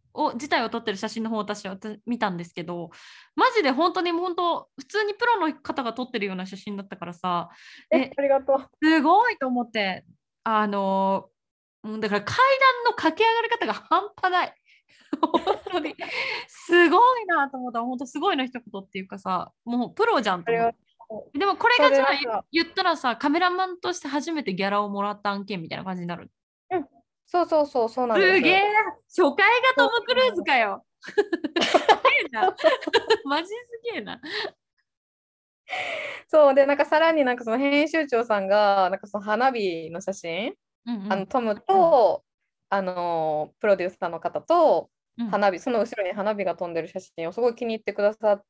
を自体を撮ってる写真の方を私は見たんですけど、マジで本当に本当普通にプロの方が撮ってるような写真だったからさ、 え、 え、 ありがとう。 すごいと思って、あのうんだから階段の駆け上がり方が半端ない。本当にすごいなと思った。本当すごいの一言っていうかさ、もうプロじゃんと思って。 ありがとう。 でもこれそうがじゃあでなんか、 言ったらさ、カメラマンとして初めてギャラをもらった案件みたいな感じになる。 うん、そうそうそうそうなんです。 すげえ、初回がそうトム・クルーズかよ。すげえな。マジすげえな。 そうで、なんかさらになんかその編集長さんが、なんかその花火の写真、 うんうん。 あのトムと、あのプロデューサーの方と、 うん花火、その後ろに花火が飛んでる写真をすごい気に入ってくださって、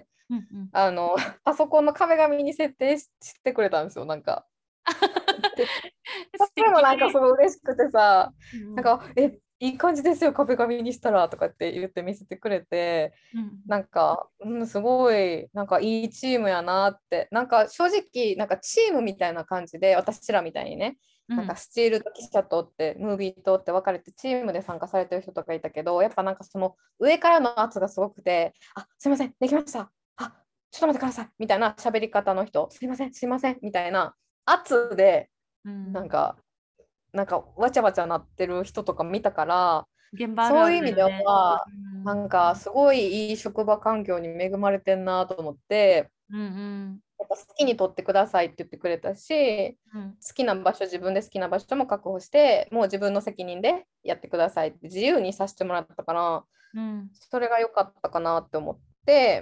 うんうん。 あの、パソコンの壁紙に設定し、してくれたんですよ、なんか。で、そ素敵。 れもなんかすごい嬉しくてさ、 うんなんか、え、いい感じですよ、壁紙にしたらとかって言って見せてくれて、 うんなんか、うん、すごい、なんかいいチームやなって、なんか正直、なんかチームみたいな感じで、私らみたいにね、なんかうんスチールと記者とって、ムービーとって分かれてチームで参加されてる人とかいたけど、やっぱなんかその上からの圧がすごくて、あ、すいません、できました。あ、ちょっと待ってください。みたいな喋り方の人、すいません、すいません、みたいな圧で、 うんなんか、なんかわちゃわちゃなってる人とか見たから、 現場あるあそういう意味でるだよね。 は、 うんなんかすごいいい職場環境に恵まれてんなと思って、 うんうんやっぱ好きに取ってくださいって言ってくれたし、 うん好きな場所、自分で好きな場所も確保して、もう自分の責任でやってくださいって自由にさせてもらったから、 うんそれが良かったかなって思って、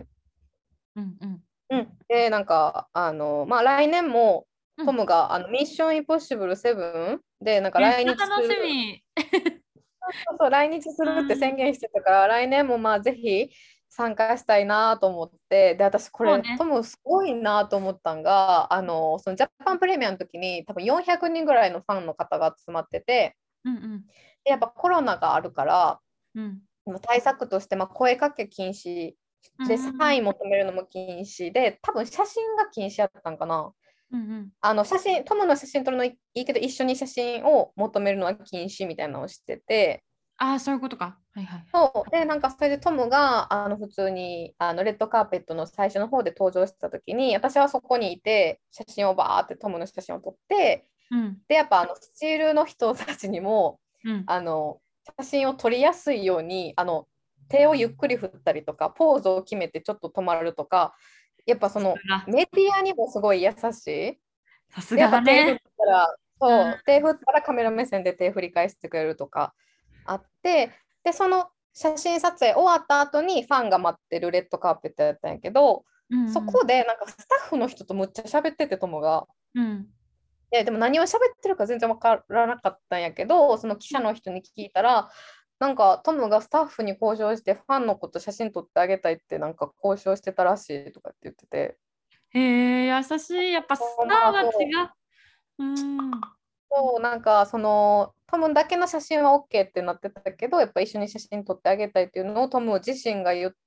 うんうんうん、で、なんか、あの、まあ、来年もうんトムがあのミッションインポッシブルセブンで、なんかめっち来日する、 ゃ楽しみ。 そうそう、来日すうるって宣ん、 言してたから、来年もまあぜひ参加したいなと思って、で、私これ、 そうね。 トムすごいなと思ったんが、あの、そのジャパンプレミアの時に多分よんひゃくにんぐらいのファンの方が集まってて、 うんうんでやっぱコロナがあるから、 うん対策としてまあ声かけ禁止うで、サイんン求めるのも禁止で、多分写真が禁止やったんかな。 うんうんあの写真、トムの写真撮るのいいけど、一緒に写真を求めるのは禁止みたいなのをしてて、 ああ、そういうことか。はいはい。 そうで、なんかそれでトムがあの普通にあのレッドカーペットの最初の方で登場した時に、私はそこにいて、写真をバーってトムの写真を撮って、 うんで、やっぱあのスチールの人たちにもうんあの写真を撮りやすいようにあの手をゆっくり振ったりとか、ポーズを決めてちょっと止まるとか、やっぱそさすのが。 メディアにもすごい優しい。 さすで、やっぱがだね。 手振ったら、 うんそう、手振ったらカメラ目線で手振り返してくれるとかあって、で、その写真撮影終わった後にファンが待ってるレッドカーペットやったんやけど、そうんこでなんかスタッフの人とむっちゃ喋ってて、友が。 うんで、でも何を喋ってるか全然わからなかったんやけど、その記者の人に聞いたら、なんかトムがスタッフに交渉してファンの子と写真撮ってあげたいってなんか交渉してたらしいとかって言ってて、 へえ、優しい。やっぱスそうまあターは違そうう。うんそう、なんかそのトムだけの写真は OK ってなってたけど、やっぱ一緒に写真撮ってあげたいっていうのをトム自身が言って、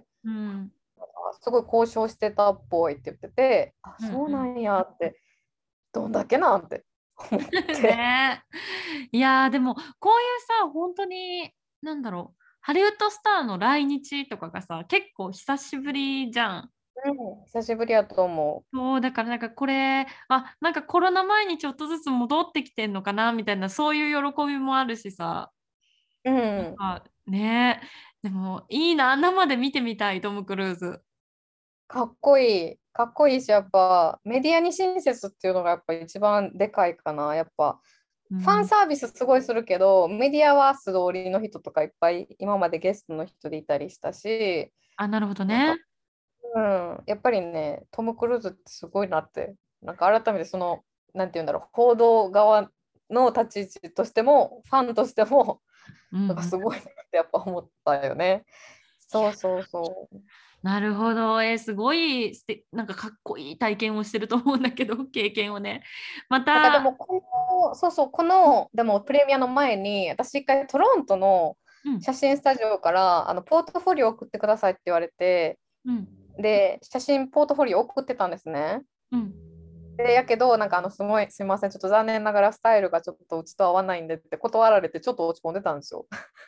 うんあすごい交渉してたっぽいって言ってて、あ、 うんそうなんやって、どんだけなんて思っうん。 て。 ねえ。いやーでもこういうさ、本当になんだろう。ハリウッドスターの来日とかがさ、結構久しぶりじゃん。 うん、久しぶりやと思そうだからなんかこれあなんかコロナ前にちょっとずつ戻ってきてんのかなみたいなそういう喜びもあるしさう。うなんん、 かねでもいいな生で見てみたいトム・クルーズ。 かっこいい。かっこいいし、やっぱメディアに親切っていうのがやっぱ一番でかいかな。やっぱファンうん、 サービスすごいするけど、メディアは素通りの人とかいっぱい今までゲストの人でいたりしたし、 あなるほどなんか、 ね。 うん、やっぱりね、トム・クルーズってすごいなって、なんか改めてその、なんていうんだろう、報道側の立ち位置としても、ファンとしても、 うんうん、 なんかすごいなってやっぱ思ったよね。そうそうそう。 なるほど、えーすごいすてなんかかっこいい体験をしてると思うんだけど経験をねまた、 なんかでも、この、そうそう、この、でもプレミアの前に、私一回トロントのうん写真スタジオからあのポートフォリオ送ってくださいって言われて、 うんで、写真ポートフォリオ送ってたんですね。 うんで、やけど、なんかあの、すごい、すみません、ちょっと残念ながらスタイルがちょっとうちと合わないんでって断られて、ちょっと落ち込んでたんですよ。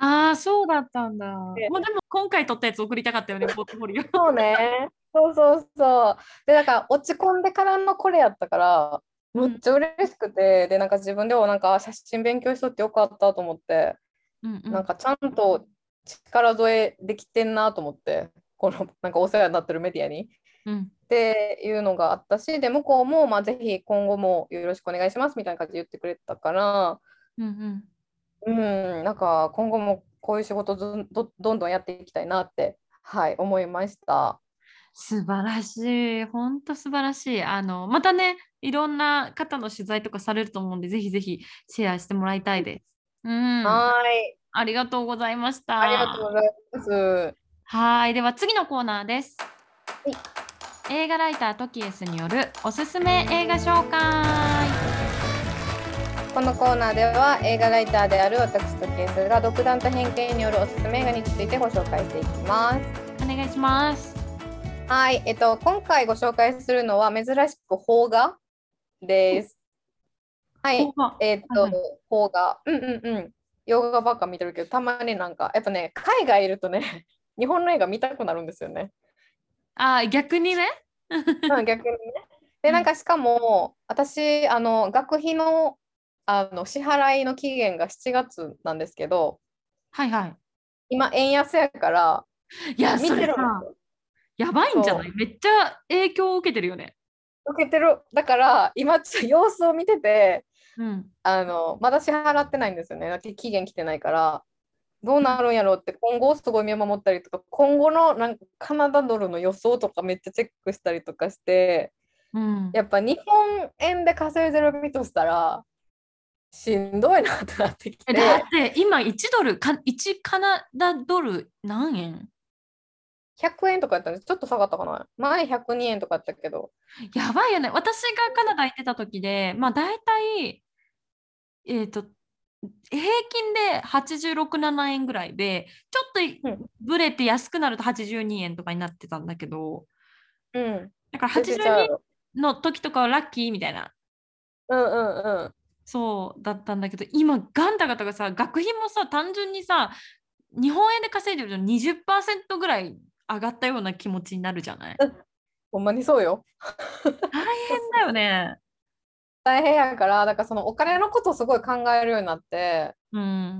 ああ、そうだったんだ。 でもうでも今回撮ったやつ送りたかったよね、ポートフォリオ。 そうね。そうそうそう。で、なんか落ち込んでからのこれやったから、 うん、 むっちゃ嬉しくて、で、なんか自分でもなんか写真勉強しとってよかったと思って、 うん、うん、 なんかちゃんと力添えできてんなと思って、このなんかお世話になってるメディアに。 うん、 っていうのがあったし、で、向こうも、まあ、ぜひ今後もよろしくお願いしますみたいな感じで言ってくれたから、 うん、うん。 うん、なんか今後もこういう仕事どんど、どんどんやっていきたいなって、はい、思いました。 素晴らしい。本当素晴らしい。あの、またね、いろんな方の取材とかされると思うんで、ぜひぜひシェアしてもらいたいです。うん。 はい、 ありがとうございましありがとうた。 ございます。ははい。では次のコーナーです。 い、 映画ライタートキエスによるおすすめ映画紹介。 このコーナーでは映画ライターである私とケースが独断と偏見によるおすすめ映画についてご紹介していきます。 お願いします。 はい、えっと、今回ご紹介するのは珍しく邦画です。はい、 邦画。はえっと、 いはい。 邦画。うんうんうん。洋画ばっか見てるけど、たまになんか、やっぱね、海外いるとね、日本の映画見たくなるんですよね。 あー、逆にね。 うん、逆にね。で、 うん。 なんかしかも、私、あの、学費の、あの支払いの期限がしちがつなんですけど、 はいは今、円安やから、 い。いや、そ見てれさ、 るんですよ。 やばいんじゃなそい？めっちゃ影響を受けてるよね。 う、受けてる。だから、今、ちょっと様子を見てて、 うん。 あの、まだ支払ってないんですよね。だって期限来てないから。どうなるんやろうって今後すごい見守ったりとか、今後のなんかカナダドルの予想とかめっちゃチェックしたりとかして、 うん。 やっぱ日本円で稼いでる身としたらしんどいなってなってきえ、だって、 て今いちドル、か、いちカナダドル何円？ ひゃくえんとかやったんです。ちょっと下がったかな。前ひゃくにえんとかやったけど。 やばいよね。私がカナダ行ってた時で、まあ大体、えっと、平均ではちじゅうろく、ななえんぐらいで、ちょっとうん。 ブレて安くなるとはちじゅうにえんとかになってたんだけど、 うん。 だから全然ちゃうはちじゅうによ。 の時とかはラッキーみたいな、 うんうんうん。 そうだったんだけど、今、ガンタガタがさ、学費もさ、単純にさ、日本円で稼いでるとにじゅっパーセントぐらい上がったような気持ちになるじゃない？ うん、ほんまにそうよ。 大変だよね。 大変やから、だからそのお金のことをすごい考えるようになって、 うん。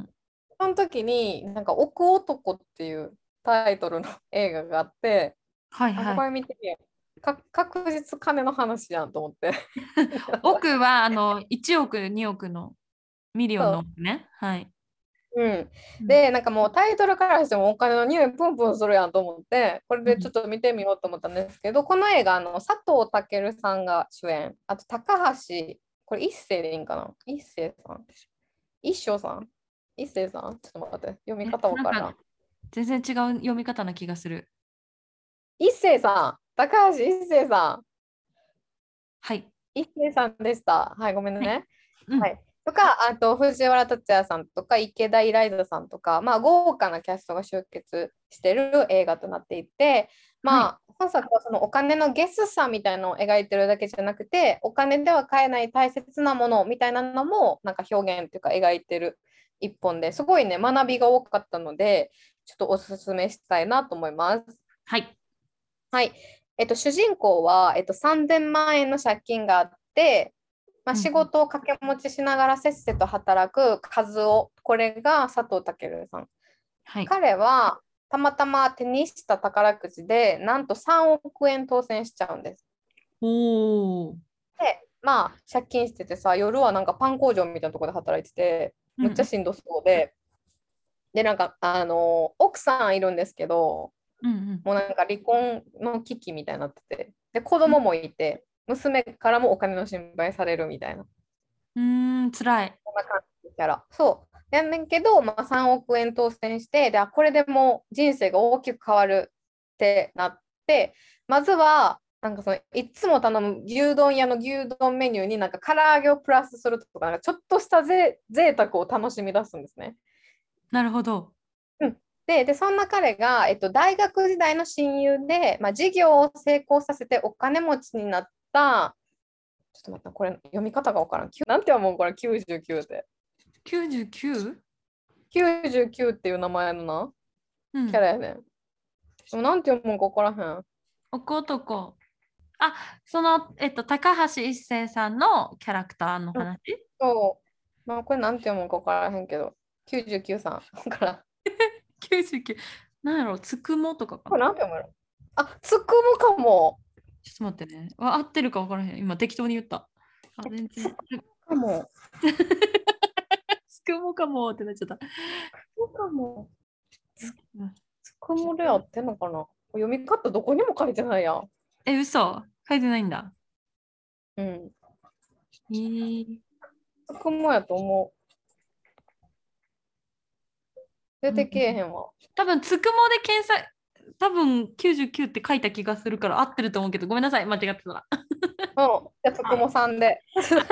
その時になんか億男っていうタイトルの映画があって、あ、 はいはい。 これ見てみよう。か確実金の話やんと思って。 億はあのいちおく、におくのミリオンのそ億ね。はい。 う。うん。 うん。 で、なんかもうタイトルからしてもお金の匂いプンプンするやんと思って、これうん。 でちょっと見てみようと思ったんですけど、この映画、あの佐藤健さんが主演、あと高橋、これ一世でいいんかな、一世さん、一生さん、一世さん、ちょっと待って、読みえ、なんか方わからん。 全然違う読み方な気がする。 一世さん、高橋一生さん、 はい。 一星さんでした。はい、ごめんはい。 ね。 うん。 はい。とか、あと藤原竜也さんとか池田エライザさんとか、まあ、豪華なキャストが集結してる映画となっていて、 はい。 まあ、本作はそのお金のゲスさみたいなのを描いてるだけじゃなくて、お金では買えない大切なものみたいなのもなんか表現というか描いてる一本ですごいね、学びが多かったので、ちょっとおすすめしたいなと思います。 はい。 はい。えっと、主人公は、えっと、さんぜんまん円の借金があって、まあ、 うん。 仕事を掛け持ちしながらせっせと働く和夫、これが佐藤健さん。 はい。 彼はたまたま手にした宝くじで、なんとさんおく円当選しちゃうんです。 おー。 で、まあ、借金しててさ、夜はなんかパン工場みたいなところで働いてて、 うんうん。 むっちゃしんどそうで、で、なんか、あの奥さんいるんですけど、 うんもうなんか離婚の危機みたいになってて、で、子うん。 供もいて、娘からもお金の心配されるみたいな、 うーん、つらい。 そんな感じのキャラ。そう。やんねんけど、まあ、さんおく円当選して、で、あ、これでもう人生が大きく変わるってなって、まずは、なんかそのいつも頼む牛丼屋の牛丼メニューになんか唐揚げをプラスするとか、なんかちょっとしたぜ贅沢を楽しみ出すんですね。 なるほど。 うん。で、で、そんな彼が、えっと、大学時代の親友で、まあ、事業を成功させてお金持ちになった、ちょっと待って、これ読み方がわからん。きゅなんて読むんこれきゅうじゅうきゅうって。 きゅうじゅうきゅう？ きゅうじゅうきゅうっていう名前のな、 うんキャラやねん。でもなんて読むんか分からへん。 奥男。あ、その、えっと、高橋一生さんのキャラクターのうん話。 そう。まあ、これなんて読むんか分からへんけど、きゅうじゅうきゅうさん。だから、 きゅうじゅうきゅう。なんやろ、つくもとかかこれな。 なんて読むの？あ、つくむかも。 ちょっと待ってね。わ合ってるか分からへん。今適当に言った。あ、全然。 かも。 つくもかもってなっちゃった。 そうかも。 うんつくむで合ってんのかな？読み方どこにも書いてないやん。 え、嘘書いてないんだ。 うん。 えー、 つくむやと思う。出てけえへんわ。 多分つくもで検索、多分きゅうじゅうきゅうって書いた気がするから合ってると思うけど、ごめんなさい、間違ってたら。 うん。じゃあ、つくもさんで。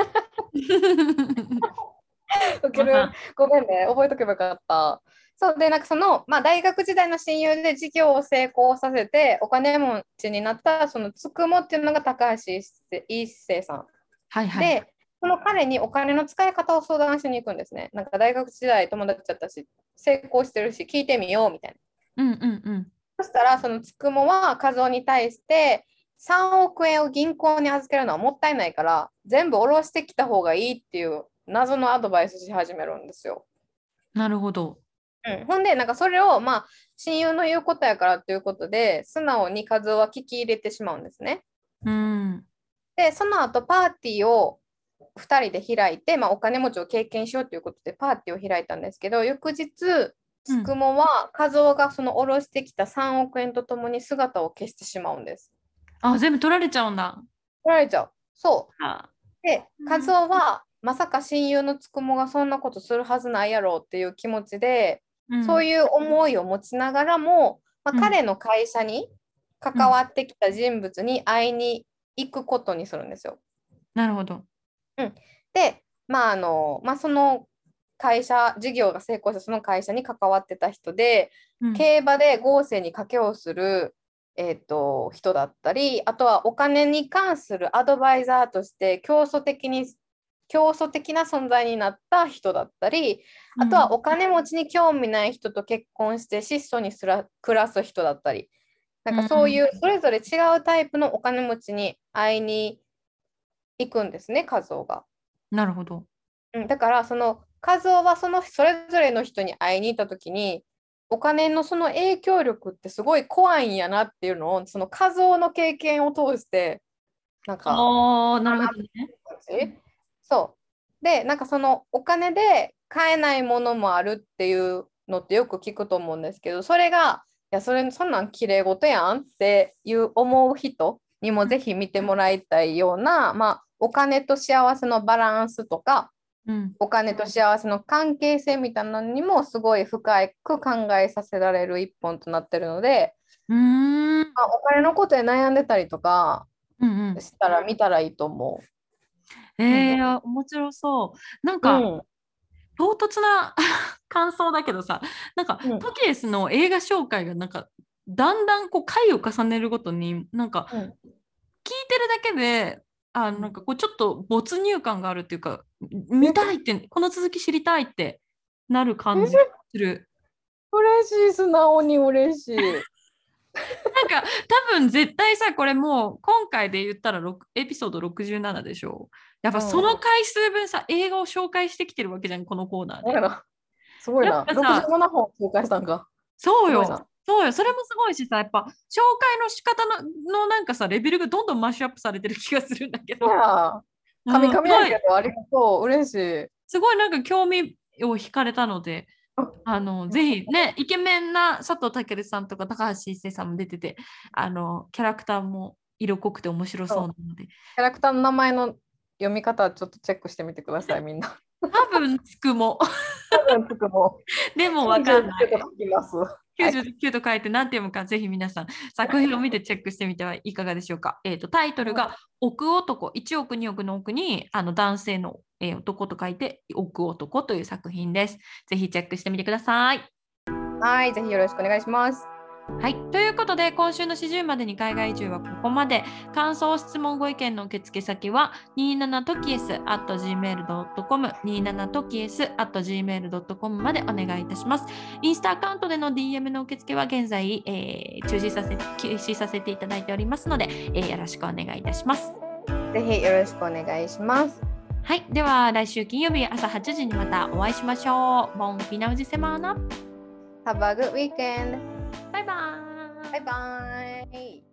受ける。 まあごめんね。覚えとけばよかった。そうで、なんかその、まあ、大学時代の親友で事業を成功させて、お金持ちになったそのつくもっていうのが高橋一生一生さん。 はいはい。 で、その彼にお金の使い方を相談しに行くんですね。なんか大学時代友達だったし、成功してるし、聞いてみようみたいな。 うんうんうん。 そしたら、そのつくもは和夫に対して、さんおく円を銀行に預けるのはもったいないから、全部下ろしてきた方がいいっていう謎のアドバイスし始めるんですよ。 なるほど。 うん、ほんで、なんかそれを、まあ、親友の言うことやからということで、素直に和夫は聞き入れてしまうんですね。 うん。 で、その後、パーティーをふたりで開いて、まあ、お金持ちを経験しようということで、パーティーを開いたんですけど、翌日、 うんつくもは和夫がその下ろしてきたさんおく円とともに姿を消してしまうんです。 あ、全部取られちゃうんだ。 取られちゃう。そう。 あ、 で、和うん夫は、まさか親友のつくもがそんなことするはずないやろうっていう気持ちで、 うんそういう思いを持ちながらも、まあ、 うん彼の会社に関わってきた人物に会いに行くことにするんですよ。 なるほど。 うん、で、まああのまあ、その会社、事業が成功したその会社に関わってた人で、 うん競馬で豪勢に賭けをする、えーと、人だったり、あとはお金に関するアドバイザーとして競争的に競争的な存在になった人だったり、あとはお金持ちに興味ない人と結婚して質素にすら暮らす人だったり、なんかそういうそれぞれ違うタイプのお金持ちに会いに行くんですね、和夫が。 なるほど。 うん、だからその和夫はそのそれぞれの人に会いに行った時に、お金のその影響力ってすごい怖いんやなっていうのを、その和夫の経験を通してなんかああ、なるほどね。 そう。で、なんかそのお金で買えないものもあるっていうのってよく聞くと思うんですけど、それが、いや、それ、そんなん綺麗事やんっていう思う人にもぜひ見てもらいたいような、まあ、お金と幸せのバランスとか、 うん。 お金と幸せの関係性みたいなのにもすごい深く考えさせられる一本となってるので、 うーん。 まあ、お金のことで悩んでたりとかうんうん。 したら見たらいいと思えう。うんー、面白そう。なんか、 うん唐突な感想だけどさ、なんか、 うんトキエスの映画紹介が、なんか、だんだんこう回を重ねるごとに、なんか、 うん聞いてるだけで、あ、なんかこう、ちょっと没入感があるっていうか、見たいって、この続き知りたいってなる感じがする。 嬉しい、素直に嬉しい。 なんか多分絶対さ、これもう今回で言ったらろくエピソードろくじゅうななでしょ。やっぱその回数分さ、映画を紹介してきてるわけじゃん、このコーナーで。 すごいな。すごいやな。 っぱさ、 ろくじゅうななほん公開したんか。 そうよ。 すごいな。 そうよ。それもすごいしさ、やっぱ紹介の仕方の、のなんかさ、レベルがどんどんマッシュアップされてる気がするんだけいど。 や、 うん、す神々 ごい、 やけど、ありがとう。嬉しい。 すごいなんか興味を惹かれたので、あのぜひね、イケメンな佐藤健さんとか高橋一生さんも出てて、あのキャラクターも色濃くて面白そうなので、 キャラクターの名前の読み方、ちょっとチェックしてみてください、みんな。 多分つくも。 多分つくも。 でもわかんない。 きゅうじゅうきゅうと書きます。 きゅうじゅうきゅうと書いて何て読むか、ぜひ皆さん作品を見てチェックしてみてはいかがでしょうか。えーと、タイトルが億男、いちおくにおくの奥にあの男性の、えー男と書いて億男という作品です。ぜひチェックしてみてください。 はい、ぜひよろしくお願いします。 はい、ということで今週の始終までに海外移住はここまで。感想、質問、ご意見の受付先は にじゅうななトキエス アット ジーメール ドットコム にじゅうななトキエス アット ジーメール ドットコム までお願いいたします。インスタアカウントでの ディーエム の受付は現在、えー、中止させ休止させていただいておりますので、えー、よろしくお願いいたします。 ぜひよろしくお願いします。 はい、では来週金曜日朝はちじにまたお会いしましょう。Buon fine di settimana. Have a good weekend. バイバーイ。 バイバイ。